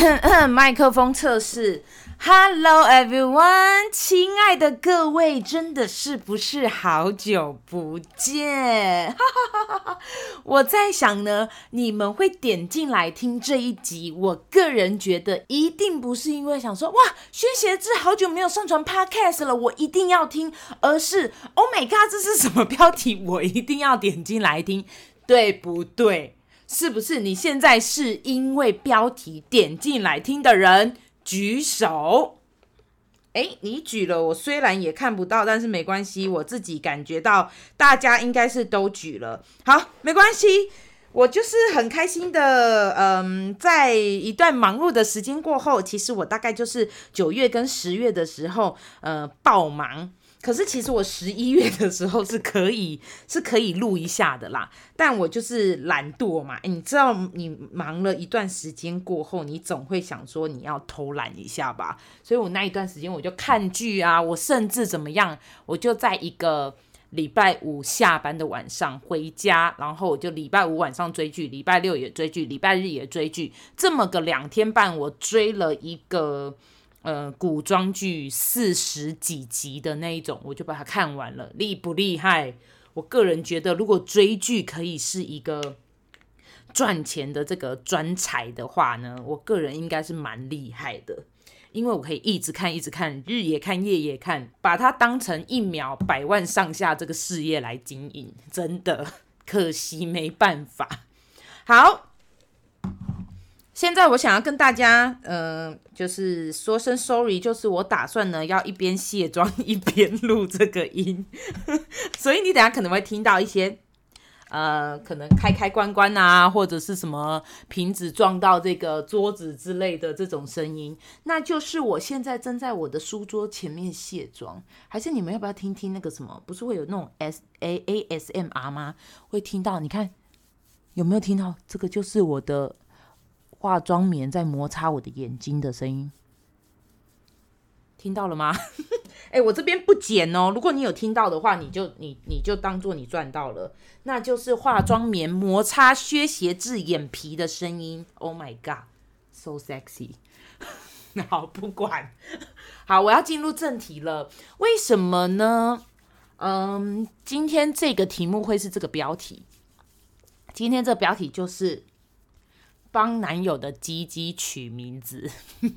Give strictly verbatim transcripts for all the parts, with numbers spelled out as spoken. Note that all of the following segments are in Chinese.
麦克风测试 ，Hello everyone， 亲爱的各位，真的是不是好久不见？我在想呢，你们会点进来听这一集，我个人觉得一定不是因为想说哇，薛协志好久没有上传 podcast 了，我一定要听，而是 Oh my god， 这是什么标题？我一定要点进来听，对不对？是不是你现在是因为标题点进来听的人举手？诶，你举了，我虽然也看不到，但是没关系，我自己感觉到大家应该是都举了。好，没关系，我就是很开心的，嗯，在一段忙碌的时间过后，其实我大概就是九月跟十月的时候，呃，爆忙。可是其实我十一月的时候是可以是可以录一下的啦，但我就是懒惰嘛，你知道你忙了一段时间过后，你总会想说你要偷懒一下吧，所以我那一段时间我就看剧啊，我甚至怎么样，我就在一个礼拜五下班的晚上回家，然后我就礼拜五晚上追剧，礼拜六也追剧，礼拜日也追剧，这么个两天半，我追了一个呃，古装剧四十几集的那一种，我就把它看完了，厉不厉害？我个人觉得，如果追剧可以是一个赚钱的这个专才的话呢，我个人应该是蛮厉害的，因为我可以一直看，一直看，日也看，夜也看，把它当成一秒百万上下这个事业来经营，真的可惜没办法。好。现在我想要跟大家，呃，就是说声 sorry， 就是我打算呢要一边卸妆一边录这个音，所以你等一下可能会听到一些，呃，可能开开关关啊，或者是什么瓶子撞到这个桌子之类的这种声音，那就是我现在正在我的书桌前面卸妆。还是你们要不要听听那个什么？不是会有那种 S A A S M R 吗？会听到？你看有没有听到？这个就是我的化妆棉在摩擦我的眼睛的声音，听到了吗？哎、欸，我这边不剪哦。如果你有听到的话，你就你你就当做你赚到了，那就是化妆棉摩擦薛协志眼皮的声音。Oh my god, so sexy 。好，不管。好，我要进入正题了。为什么呢？嗯，今天这个题目会是这个标题。今天这个标题就是帮男友的鸡鸡取名字。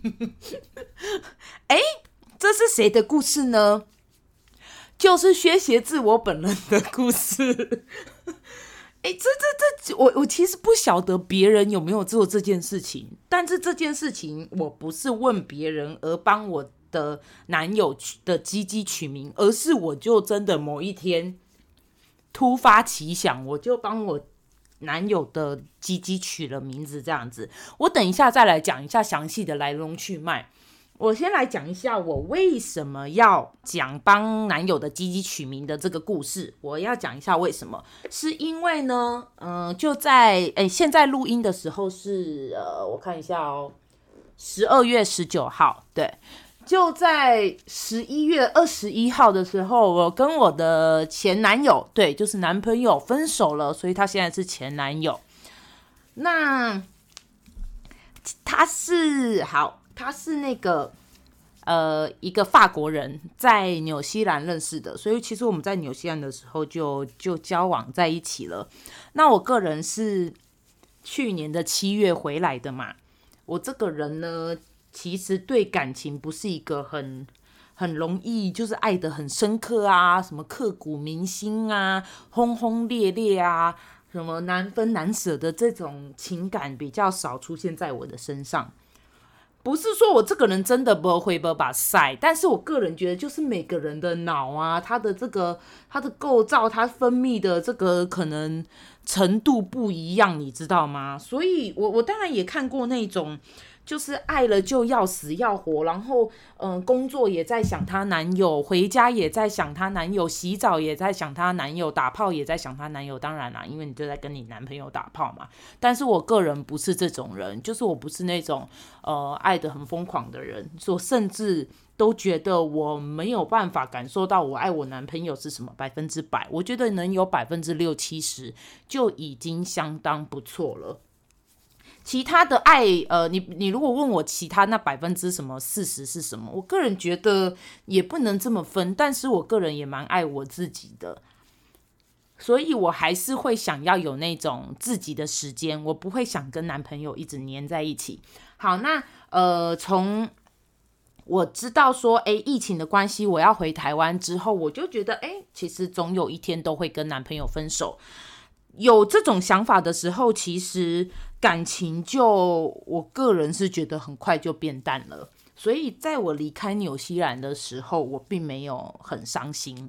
哎，这是谁的故事呢？就是薛协志我本人的故事。哎，这这这，我我其实不晓得别人有没有做这件事情，但是这件事情我不是问别人而帮我的男友的鸡鸡取名，而是我就真的某一天突发奇想，我就帮我男友的鸡鸡取了名字，这样子。我等一下再来讲一下详细的来龙去脉。我先来讲一下我为什么要讲帮男友的鸡鸡取名的这个故事。我要讲一下为什么，是因为呢，嗯、呃，就在诶现在录音的时候是呃，我看一下哦，十二月十九号，对。就在十一月二十一号的时候，我跟我的前男友，对，就是男朋友分手了，所以他现在是前男友。那他是好，他是那个呃一个法国人，在纽西兰认识的，所以其实我们在纽西兰的时候就就交往在一起了。那我个人是去年的七月回来的嘛，我这个人呢，其实对感情不是一个很很容易，就是爱得很深刻啊，什么刻骨铭心啊，轰轰烈烈啊，什么难分难舍的这种情感比较少出现在我的身上。不是说我这个人真的不会不把塞，但是我个人觉得，就是每个人的脑啊，它的这个它的构造，它分泌的这个可能程度不一样，你知道吗？所以我我当然也看过那种，就是爱了就要死要活，然后嗯、呃，工作也在想她男友，回家也在想她男友，洗澡也在想她男友，打炮也在想她男友。当然啦，因为你就在跟你男朋友打炮嘛。但是我个人不是这种人，就是我不是那种呃爱得很疯狂的人，我甚至都觉得我没有办法感受到我爱我男朋友是什么百分之百，我觉得能有百分之六七十就已经相当不错了。 其他的爱，呃，你你如果问我其他那百分之什么四十是什么，我个人觉得也不能这么分，但是我个人也蛮爱我自己的，所以我还是会想要有那种自己的时间，我不会想跟男朋友一直黏在一起。好，那呃，从我知道说，哎，疫情的关系，我要回台湾之后，我就觉得，哎，其实总有一天都会跟男朋友分手。有这种想法的时候，其实感情就我个人是觉得很快就变淡了。所以在我离开纽西兰的时候，我并没有很伤心。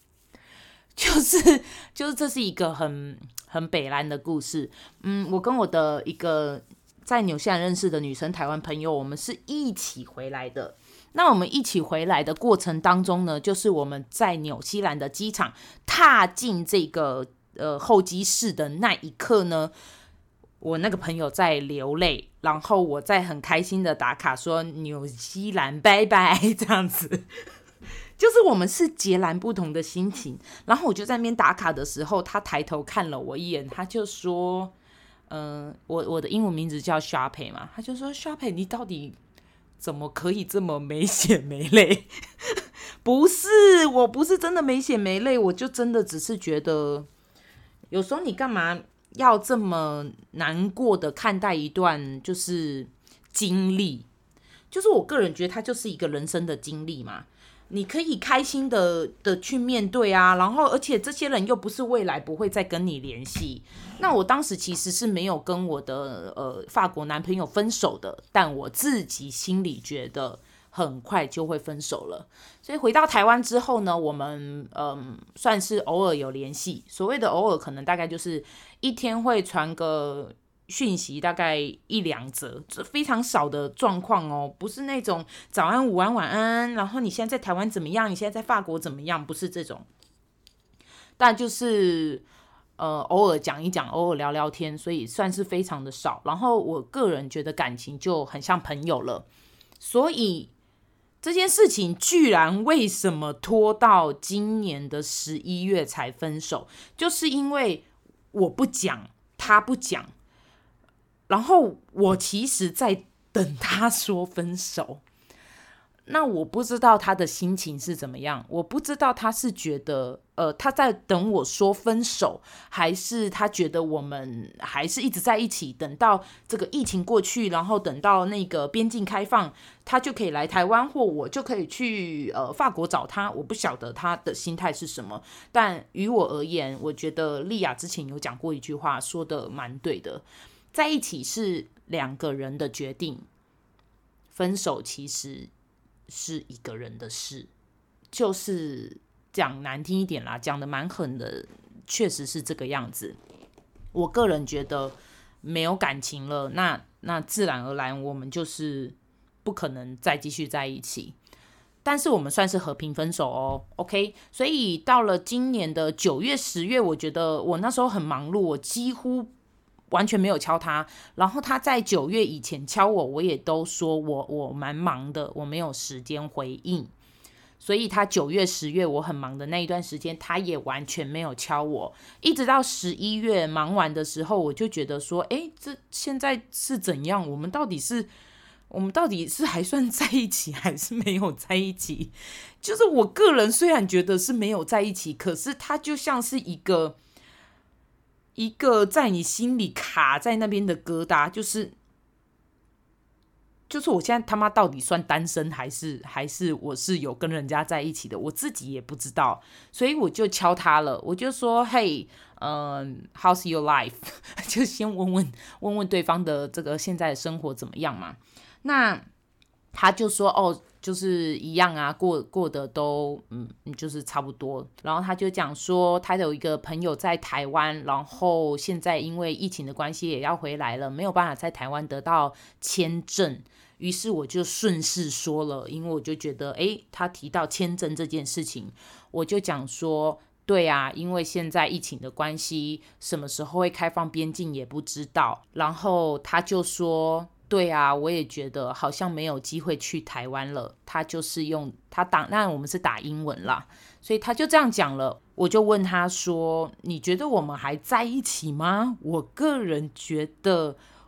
就是就是这是一个很很北蓝的故事。嗯，我跟我的一个在纽西兰认识的女生台湾朋友，我们是一起回来的。那我们一起回来的过程当中呢，就是我们在纽西兰的机场踏进这个呃候机室的那一刻呢，我那个朋友在流泪，然后我在很开心的打卡说纽西兰拜拜这样子。就是我们是截然不同的心情。然后我就在那边打卡的时候，他抬头看了我一眼，他就说嗯、呃，我我的英文名字叫 Sharpay 嘛，他就说 Sharpay 你到底怎么可以这么没血没泪？不是，我不是真的没血没泪，我就真的只是觉得有时候你干嘛要这么难过的看待一段就是经历，就是我个人觉得它就是一个人生的经历嘛，你可以开心的的去面对啊，然后而且这些人又不是未来不会再跟你联系。那我当时其实是没有跟我的呃法国男朋友分手的，但我自己心里觉得很快就会分手了。所以回到台湾之后呢，我们嗯算是偶尔有联系，所谓的偶尔可能大概就是一天会传个讯息大概一两则，这非常少的状况哦，不是那种早安午安晚安，然后你现在在台湾怎么样，你现在在法国怎么样，不是这种，但就是呃偶尔讲一讲，偶尔聊聊天，所以算是非常的少。然后我个人觉得感情就很像朋友了，所以这件事情居然为什么拖到今年的十一月才分手，就是因为我不讲，他不讲。然后我其实在等他说分手，那我不知道他的心情是怎么样，我不知道他是觉得呃他在等我说分手，还是他觉得我们还是一直在一起，等到这个疫情过去，然后等到那个边境开放，他就可以来台湾，或我就可以去呃法国找他。我不晓得他的心态是什么，但于我而言，我觉得莉亚之前有讲过一句话，说的蛮对的。在一起是两个人的决定，分手其实是一个人的事，就是讲难听一点啦，讲的蛮狠的，确实是这个样子。我个人觉得没有感情了，那那自然而然我们就是不可能再继续在一起。但是我们算是和平分手哦 ，OK。所以到了今年的九月、十月，我觉得我那时候很忙碌，我几乎完全没有敲他，然后他在九月以前敲我，我也都说我我蛮忙的，我没有时间回应。所以他九月、十月我很忙的那一段时间，他也完全没有敲我。一直到十一月忙完的时候，我就觉得说，哎，这现在是怎样？我们到底是我们到底是还算在一起，还是没有在一起？就是我个人虽然觉得是没有在一起，可是他就像是一个。一个在你心里卡在那边的疙瘩，就是就是我现在他妈到底算单身还是还是我是有跟人家在一起的，我自己也不知道，所以我就敲他了，我就说嘿，嗯、呃、，How's your life？ 就先问问问问对方的这个现在的生活怎么样嘛。那他就说哦。就是一样啊，过过得都嗯，就是差不多。然后他就讲说，他有一个朋友在台湾，然后现在因为疫情的关系也要回来了，没有办法在台湾得到签证。于是我就顺势说了，因为我就觉得，诶，他提到签证这件事情，我就讲说，对啊，因为现在疫情的关系，什么时候会开放边境也不知道。然后他就说。对啊，我也觉得好像没有机会去台湾了。他就是用他打，那我们是打英文啦，所以他就这样讲了。我就问他说：“你觉得我们还在一起吗？”我个人觉得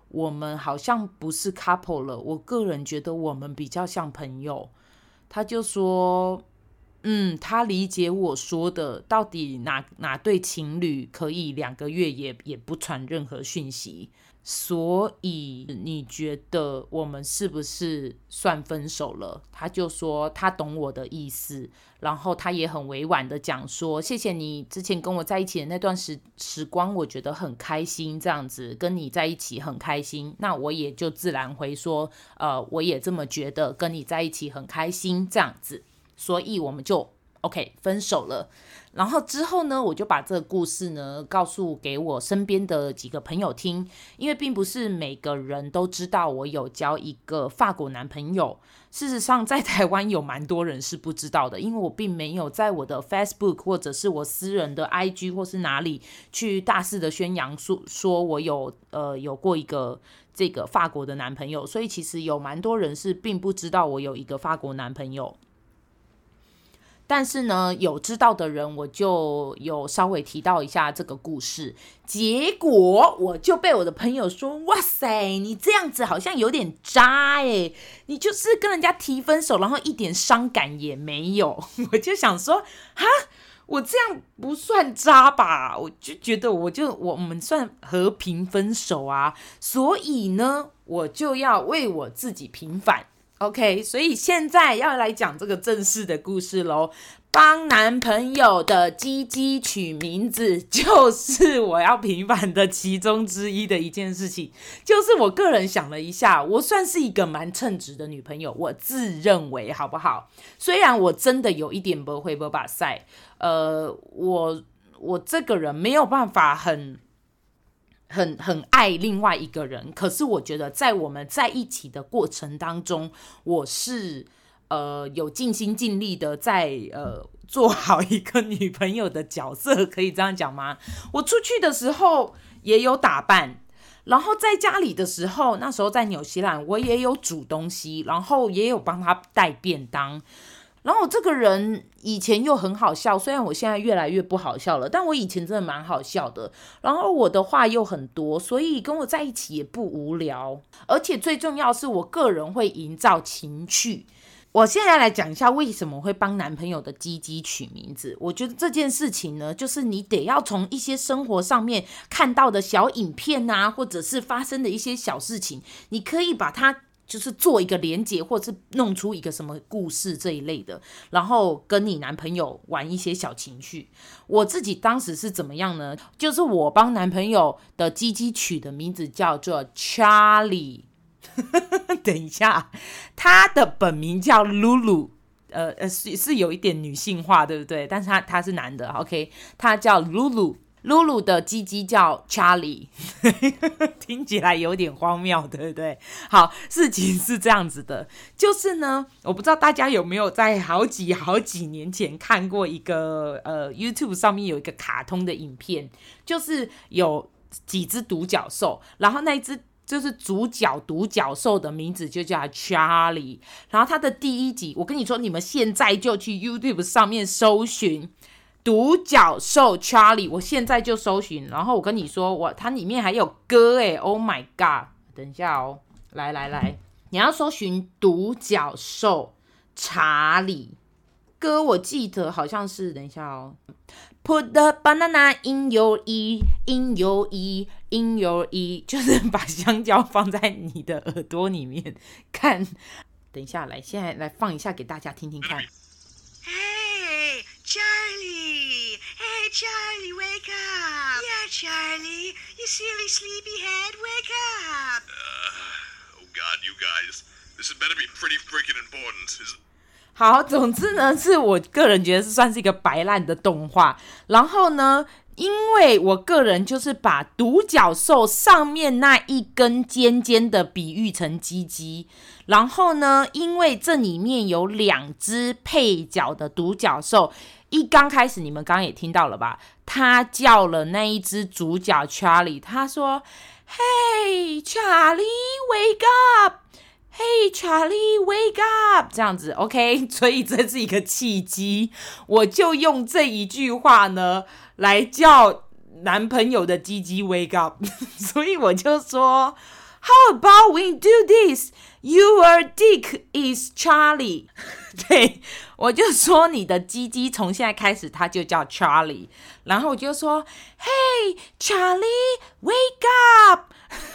我们好像不是 couple 了，我个人觉得我们比较像朋友。他就说嗯，他理解我说的，到底哪哪对情侣可以两个月也也不传任何讯息？所以你觉得我们是不是算分手了？他就说他懂我的意思，然后他也很委婉的讲说，谢谢你之前跟我在一起的那段时时光，我觉得很开心，这样子跟你在一起很开心。那我也就自然回说，呃，我也这么觉得，跟你在一起很开心，这样子。所以我们就 OK 分手了。然后之后呢，我就把这个故事呢告诉给我身边的几个朋友听，因为并不是每个人都知道我有交一个法国男朋友。事实上在台湾有蛮多人是不知道的，因为我并没有在我的 Facebook 或者是我私人的 I G 或是哪里去大肆的宣扬 说, 说我有呃有过一个这个法国的男朋友，所以其实有蛮多人是并不知道我有一个法国男朋友。但是呢，有知道的人我就有稍微提到一下这个故事，结果我就被我的朋友说，哇塞，你这样子好像有点渣耶，你就是跟人家提分手，然后一点伤感也没有。我就想说，哈，我这样不算渣吧？我就觉得我就我们算和平分手啊，所以呢，我就要为我自己平反。OK， 所以现在要来讲这个正式的故事咯。帮男朋友的鸡鸡取名字，就是我要平反的其中之一的一件事情。就是我个人想了一下，我算是一个蛮称职的女朋友，我自认为，好不好？虽然我真的有一点不会不把赛，呃，我我这个人没有办法很。很很爱另外一个人，可是我觉得在我们在一起的过程当中，我是呃有尽心尽力的在呃做好一个女朋友的角色，可以这样讲吗？我出去的时候也有打扮，然后在家里的时候，那时候在纽西兰，我也有煮东西，然后也有帮他带便当。然后我这个人以前又很好笑，虽然我现在越来越不好笑了，但我以前真的蛮好笑的。然后我的话又很多，所以跟我在一起也不无聊。而且最重要是我个人会营造情趣。我现在来讲一下为什么会帮男朋友的鸡鸡取名字。我觉得这件事情呢，就是你得要从一些生活上面看到的小影片啊，或者是发生的一些小事情，你可以把它就是做一个连结，或是弄出一个什么故事这一类的，然后跟你男朋友玩一些小情绪。我自己当时是怎么样呢？就是我帮男朋友的鸡鸡取的名字叫做 Charlie 等一下，他的本名叫 Lulu， 呃呃是是有一点女性化，对不对？但是他他是男的 ，OK， 他叫 Lulu。露露的鸡鸡叫 Charlie 听起来有点荒谬，对不对？好，事情是这样子的，就是呢，我不知道大家有没有在好几好几年前看过一个呃 YouTube 上面有一个卡通的影片，就是有几只独角兽，然后那一只就是主角独角兽的名字就叫 Charlie， 然后他的第一集，我跟你说，你们现在就去 YouTube 上面搜寻独角兽 Charlie， 我现在就搜寻，然后我跟你说，我它里面还有歌耶 ，Oh my god！ 等一下哦，来来来，你要搜寻独角兽查理歌，我记得好像是，等一下哦 ，Put the banana in your ear, in your ear, in your ear， 就是把香蕉放在你的耳朵里面看。等一下，来，现在来放一下给大家听听看。 Hey, Charlie! Hey, Charlie, wake up! Yeah, Charlie, you silly sleepyhead, wake up! Uh, oh God, you guys. This had better be pretty freaking important. Is... 好，总之呢，是我个人觉得是算是一个白烂的动画。然后呢，因为我个人就是把独角兽上面那一根尖尖的比喻成鸡鸡，然后呢，因为这里面有两只配角的独角兽，一刚开始你们刚刚也听到了吧，他叫了那一只主角 Charlie， 他说 Hey Charlie wake up，Hey Charlie wake up， 这样子 OK， 所以这是一个契机，我就用这一句话呢来叫男朋友的鸡鸡 wake up 所以我就说 How about we do this? Your dick is Charlie. 对，我就说你的鸡鸡从现在开始它就叫 Charlie， 然后我就说 Hey Charlie, wake up,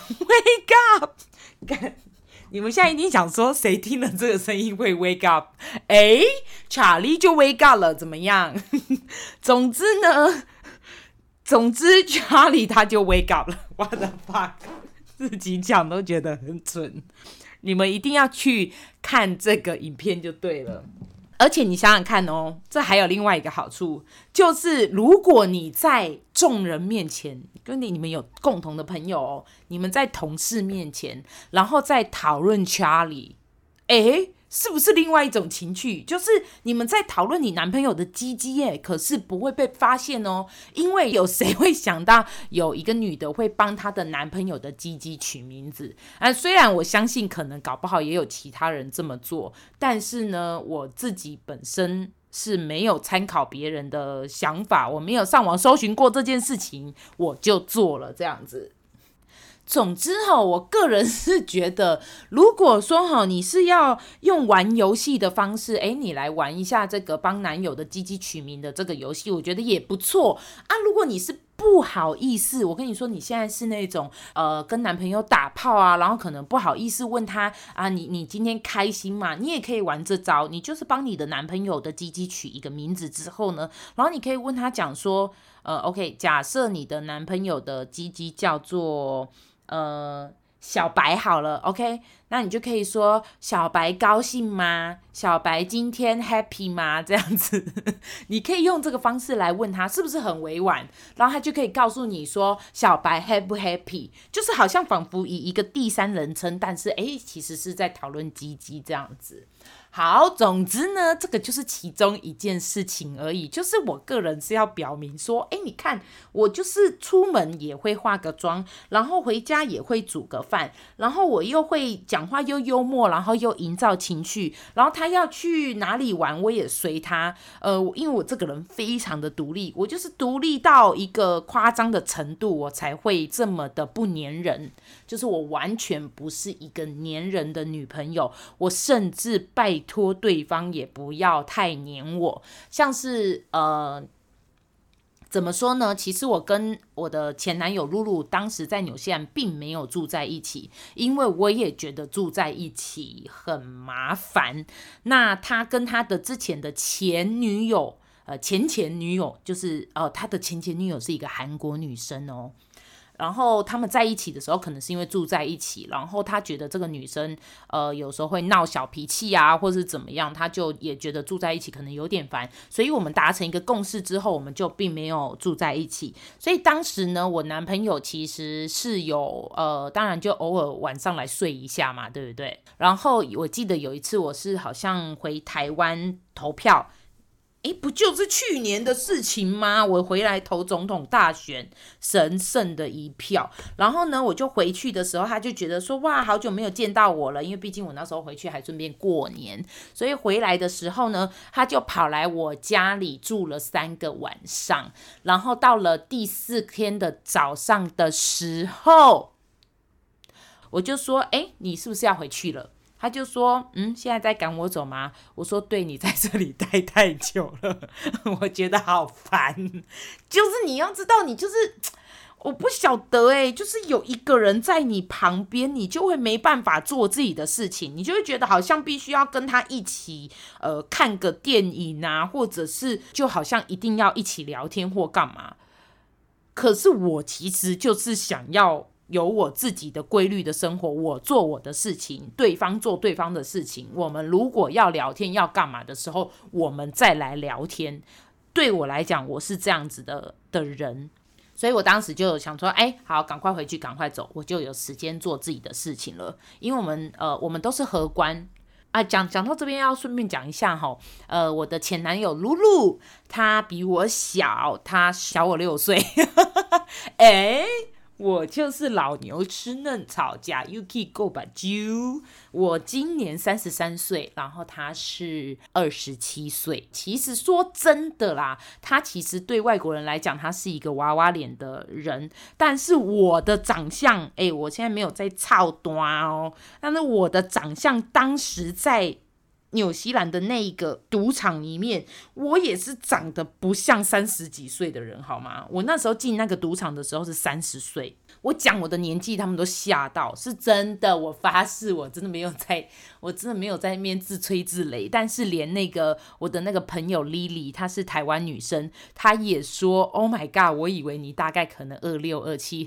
wake up. 你们现在一定想说谁听了这个声音会 wake up？ 哎，查理就 wake up 了，怎么样？总之呢，总之查理他就 wake up 了。What the fuck？ 自己讲都觉得很蠢，你们一定要去看这个影片就对了。而且你想想看哦，这还有另外一个好处，就是如果你在众人面前，跟你你们有共同的朋友哦，你们在同事面前，然后在讨论 Charlie， 诶，是不是另外一种情趣？就是你们在讨论你男朋友的鸡鸡耶，可是不会被发现哦，因为有谁会想到有一个女的会帮她的男朋友的鸡鸡取名字啊？虽然我相信可能搞不好也有其他人这么做，但是呢，我自己本身是没有参考别人的想法，我没有上网搜寻过这件事情，我就做了这样子。总之齁，我个人是觉得，如果说齁，你是要用玩游戏的方式，诶，你来玩一下这个帮男友的鸡鸡取名的这个游戏，我觉得也不错啊。如果你是不好意思，我跟你说，你现在是那种呃跟男朋友打炮啊，然后可能不好意思问他啊，你你今天开心吗？你也可以玩这招，你就是帮你的男朋友的鸡鸡取一个名字之后呢，然后你可以问他讲说，呃 ，OK， 假设你的男朋友的鸡鸡叫做呃，小白好了 ，OK， 那你就可以说小白高兴吗？小白今天 happy 吗？这样子，你可以用这个方式来问他，是不是很委婉？然后他就可以告诉你说小白 happy 不 happy， 就是好像仿佛以一个第三人称，但是诶，其实是在讨论鸡鸡这样子。好，总之呢，这个就是其中一件事情而已，就是我个人是要表明说，哎，你看，我就是出门也会化个妆，然后回家也会煮个饭，然后我又会讲话又幽默，然后又营造情绪，然后他要去哪里玩，我也随他，呃，因为我这个人非常的独立，我就是独立到一个夸张的程度，我才会这么的不黏人，就是我完全不是一个黏人的女朋友，我甚至拜托对方也不要太黏我，像是呃，怎么说呢？其实我跟我的前男友露露当时在纽西兰并没有住在一起，因为我也觉得住在一起很麻烦。那他跟他的之前的前女友，呃，前前女友就是呃，他的前前女友是一个韩国女生哦。然后他们在一起的时候，可能是因为住在一起，然后他觉得这个女生，呃，有时候会闹小脾气啊，或是怎么样，他就也觉得住在一起可能有点烦，所以我们达成一个共识之后，我们就并没有住在一起。所以当时呢，我男朋友其实是有，呃，当然就偶尔晚上来睡一下嘛，对不对？然后我记得有一次，我是好像回台湾投票。诶，不就是去年的事情吗？我回来投总统大选，神圣的一票。然后呢，我就回去的时候，他就觉得说，哇，好久没有见到我了，因为毕竟我那时候回去还顺便过年，所以回来的时候呢，他就跑来我家里住了三个晚上。然后到了第四天的早上的时候，我就说，诶，你是不是要回去了？他就说，嗯，现在在赶我走吗？我说，对，你在这里待太久了，我觉得好烦。就是你要知道，你就是我不晓得哎、欸，就是有一个人在你旁边，你就会没办法做自己的事情，你就会觉得好像必须要跟他一起呃看个电影啊，或者是就好像一定要一起聊天或干嘛。可是我其实就是想要有我自己的规律的生活，我做我的事情，对方做对方的事情。我们如果要聊天要干嘛的时候，我们再来聊天。对我来讲，我是这样子的的人，所以我当时就想说，哎，好，赶快回去，赶快走，我就有时间做自己的事情了。因为我们呃，我们都是荷官。啊，讲讲到这边要顺便讲一下哈，呃，我的前男友露露，他比我小，他小我六岁，哎。 我就是老牛吃嫩草，假 Yuki 够吧啾。我今年三十三岁，然后他是二十七岁。其实说真的啦，他其实对外国人来讲，他是一个娃娃脸的人。但是我的长相，哎，我现在没有在操端哦。但是我的长相，当时在纽西兰的那一个赌场里面，我也是长得不像三十几岁的人，好吗？我那时候进那个赌场的时候是三十岁，我讲我的年纪，他们都吓到，是真的，我发誓，我真的没有在，我真的没有在那边自吹自擂。但是连那个我的那个朋友 Lily， 她是台湾女生，她也说 ，Oh my god， 我以为你大概可能二六二七，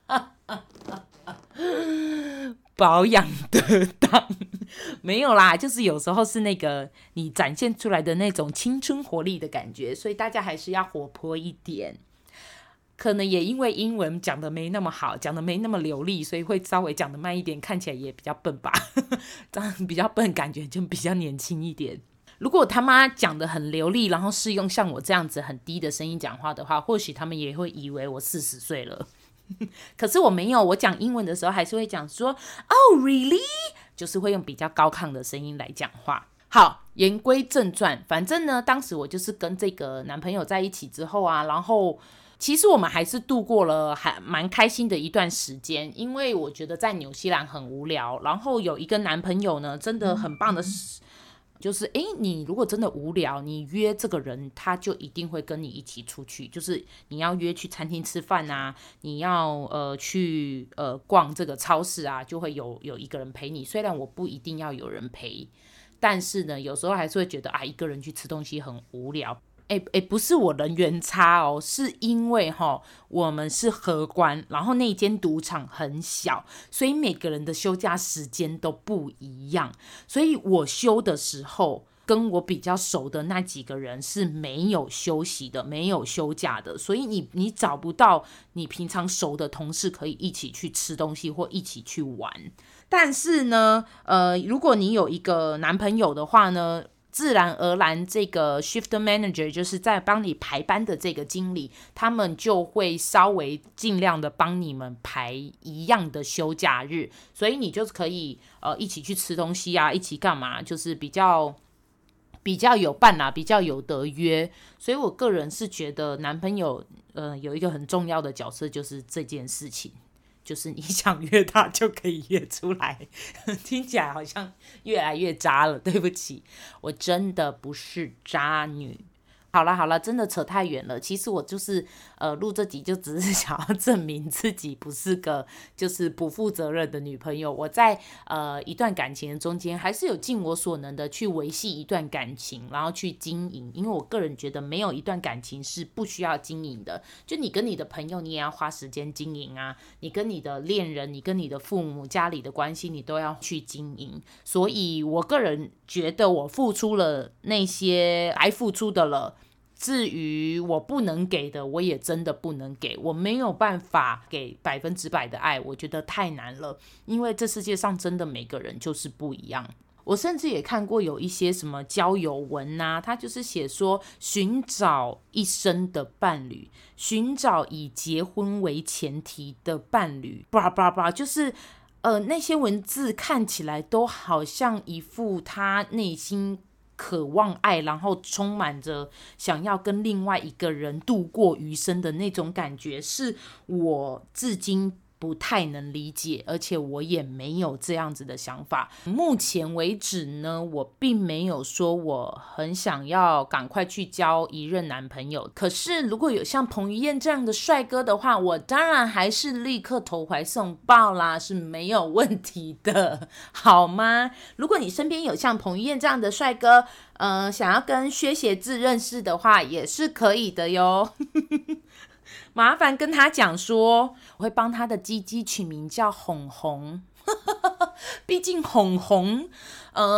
保养得当。没有啦，就是有时候是那个你展现出来的那种青春活力的感觉，所以大家还是要活泼一点。可能也因为英文讲的没那么好，讲的没那么流利，所以会稍微讲的慢一点，看起来也比较笨吧。这样比较笨，感觉就比较年轻一点。如果他妈讲的很流利，然后是用像我这样子很低的声音讲话的话，或许他们也会以为我四十岁了。可是我没有，我讲英文的时候还是会讲说 Oh really？ 就是会用比较高亢的声音来讲话。好，言归正传，反正呢，当时我就是跟这个男朋友在一起之后啊，然后其实我们还是度过了还蛮开心的一段时间，因为我觉得在纽西兰很无聊，然后有一个男朋友呢，真的很棒的是就是诶，你如果真的无聊，你约这个人，他就一定会跟你一起出去。就是你要约去餐厅吃饭啊，你要呃去呃逛这个超市啊，就会有有一个人陪你。虽然我不一定要有人陪，但是呢，有时候还是会觉得啊，一个人去吃东西很无聊。哎哎，不是我人缘差哦，是因为齁我们是荷官，然后那间赌场很小，所以每个人的休假时间都不一样，所以我休的时候跟我比较熟的那几个人是没有休息的，没有休假的，所以你你找不到你平常熟的同事可以一起去吃东西或一起去玩。但是呢，呃，如果你有一个男朋友的话呢，自然而然这个 shift manager 就是在帮你排班的这个经理，他们就会稍微尽量的帮你们排一样的休假日，所以你就可以呃一起去吃东西啊，一起干嘛，就是比较比较有伴啦，比较有得约。所以我个人是觉得男朋友呃有一个很重要的角色，就是这件事情。就是你想约他就可以约出来，听起来好像越来越渣了，对不起，我真的不是渣女。好啦好啦，真的扯太远了。其实我就是呃录这集就只是想要证明自己不是个就是不负责任的女朋友。我在呃一段感情的中间还是有尽我所能的去维系一段感情，然后去经营。因为我个人觉得没有一段感情是不需要经营的。就你跟你的朋友，你也要花时间经营啊；你跟你的恋人，你跟你的父母家里的关系，你都要去经营。所以我个人觉得我付出了那些该付出的了。至于我不能给的，我也真的不能给，我没有办法给百分之百的爱，我觉得太难了，因为这世界上真的每个人就是不一样。我甚至也看过有一些什么交友文啊，他就是写说寻找一生的伴侣，寻找以结婚为前提的伴侣，叭叭叭，就是呃那些文字看起来都好像一副他内心渴望爱，然后充满着想要跟另外一个人度过余生的那种感觉，是我至今不太能理解，而且我也没有这样子的想法。目前为止呢，我并没有说我很想要赶快去交一任男朋友，可是如果有像彭于晏这样的帅哥的话，我当然还是立刻投怀送抱啦，是没有问题的，好吗？如果你身边有像彭于晏这样的帅哥，呃，想要跟薛协志认识的话，也是可以的哟。麻烦跟他讲说，我会帮他的鸡鸡取名叫红红，毕竟红红，呃，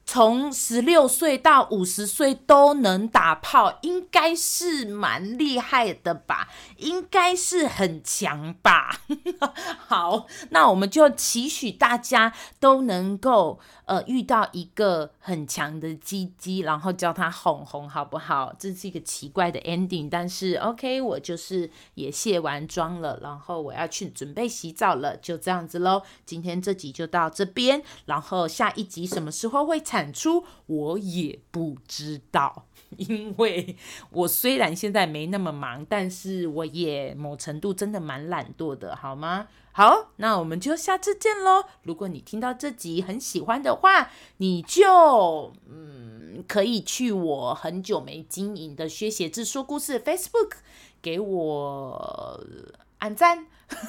从十六岁到五十岁都能打炮，应该是蛮厉害的吧？应该是很强吧？好，那我们就期许大家都能够呃遇到一个很强的鸡鸡，然后叫他红红，好不好？这是一个奇怪的 ending， 但是 OK， 我就是也卸完妆了，然后我要去准备洗澡了，就这样子咯。今天这集就到这边，然后下一集什么时候会产出，我也不知道。因为我虽然现在没那么忙，但是我也某程度真的蛮懒惰的，好吗？好，那我们就下次见咯。如果你听到这集很喜欢的话，你就嗯可以去我很久没经营的薛写字说故事 Facebook 给我按赞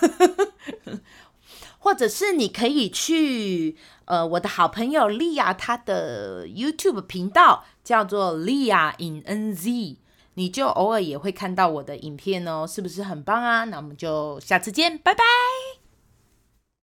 或者是你可以去呃我的好朋友莉亚她的 YouTube 频道叫做 Leah in N Z， 你就偶尔也会看到我的影片哦，是不是很棒啊？那我们就下次见，拜拜。